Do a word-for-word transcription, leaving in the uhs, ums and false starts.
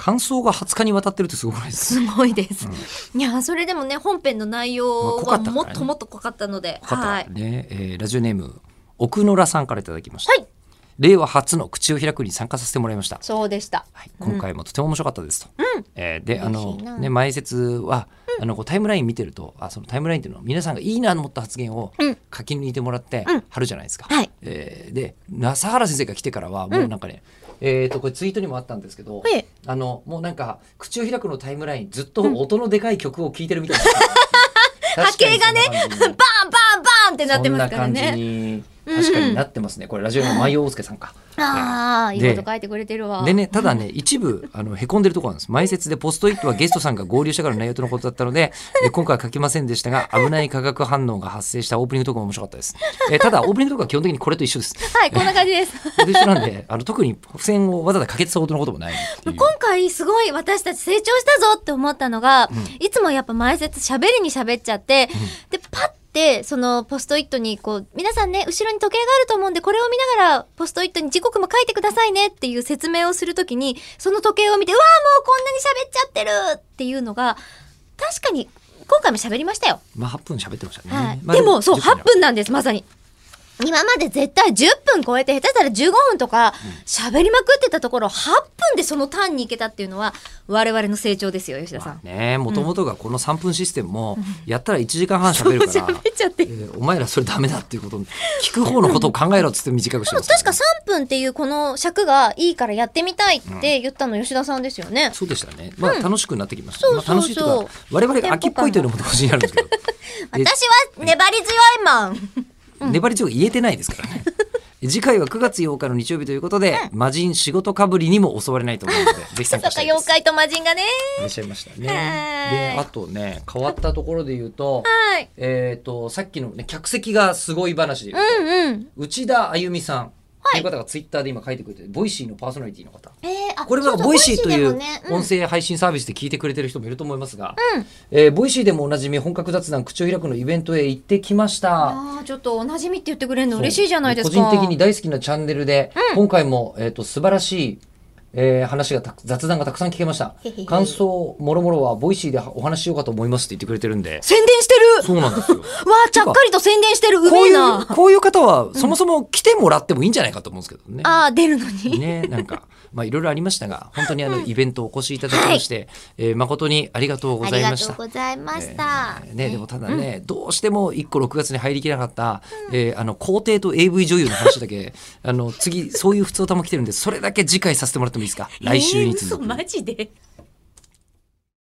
感想がはつかにわたってるってすごくないですか。 すごいです、うん、いやそれでもね本編の内容はもっともっと濃かったので、 まあ濃かったね、えー、ラジオネーム奥野良さんからいただきました、 はい、 令和初の口を開くに参加させてもらいました。 そうでした、 はい、今回もとても面白かったですと、 うんえー、であの、ね、前説は、うん、あのこうタイムライン見てるとあそのタイムラインっていうのは皆さんがいいなと思った発言を書き抜いてもらって貼るじゃないですか、 うんはい、 えー、で笠原先生が来てからはもうなんかね、うんえー、とこれツイートにもあったんですけど、 はい、 あのもうなんか口を開くのタイムラインずっと音のでかい曲を聴いてるみたいな、 うん、波形がねバンバンバンバンってなってますからね。 そんな感じに確かになってますね、うん、これラジオの舞陽介さんか、 ああ、いいこと書いてくれてるわ。 でね、ただね一部あのへこんでるところなんです。前説でポストイットはゲストさんが合流したからの内容とのことだったのでえ今回は書きませんでしたが、危ない化学反応が発生したオープニングトークも面白かったです。えただオープニングトークは基本的にこれと一緒です。 はいこんな感じですこれと一緒なんであの特に付箋をわざわざかけてたことのこともないっていう。 今回すごい私たち成長したぞって思ったのが、うん、いつもやっぱ前説喋りに喋っちゃって、うん、でパッでそのポストイットにこう皆さんね後ろに時計があると思うんでこれを見ながらポストイットに時刻も書いてくださいねっていう説明をするときにその時計を見てうわーもうこんなに喋っちゃってるっていうのが確かに今回も喋りましたよ。 まあはっぷん喋ってましたね、 はいまあ、 でもそうはっぷんなんですまさに。今まで絶対じゅっぷん超えて下手したらじゅうごふんとか喋りまくってたところはっぷんでそのターンに行けたっていうのは我々の成長ですよ吉田さん、 まあ、ねもともとがこのさんぷんシステムもやったらいちじかんはん喋るから喋っちゃって、 えー、お前らそれダメだっていうこと聞く方のことを考えろっつって短くしてます、ね、 確かさんぷんっていうこの尺がいいからやってみたいって言ったの吉田さんですよね、 うん、そうでしたね、まあ、楽しくなってきました、 うんまあ、楽しいというか我々が秋っぽいというのも欲しいなるんですけど私は粘り強いマン粘り強く言えてないですからね次回はくがつようかの日曜日ということで、うん、魔人仕事かぶりにも襲われないと思うのでぜひ参加したいです。 妖怪と魔人がねいらっしゃいましたね。であとね変わったところで言うと、 はい、 えっ、ー、とさっきの、ね、客席がすごい話で言うと、 うんうん、 内田あゆみさんという方がツイッターで今書いてくれて、ボイシーのパーソナリティの方、えー、これはボイシーという音声配信サービスで聞いてくれてる人もいると思いますが、うんえー、ボイシーでもおなじみ本格雑談口を開くのイベントへ行ってきました。 あちょっとおなじみって言ってくれるの嬉しいじゃないですか。 個人的に大好きなチャンネルで、うん、今回も、えーと、素晴らしいえー、話がた雑談がたくさん聞けました。感想もろもろはボイシーでお話ししようかと思いますって言ってくれてるんで宣伝してる。 そうなんですよわあちゃっかりと宣伝してる。うめえな。 こういうこういう方はそもそも来てもらってもいいんじゃないかと思うんですけどね、 うん、あ出るのにねなんかまあいろいろありましたが本当にあのイベントをお越しいただきまして、はいえー、誠にありがとうございました。 ありがとうございました、 えーね、でもただね、うん、どうしてもいっころくがつに入りきらなかった、うんえー、あの皇帝と エーブイ 女優の話だけあの次そういう普通歌も来てるんでそれだけ次回させてもらってもいいですか来週に続く、 えー、嘘マジで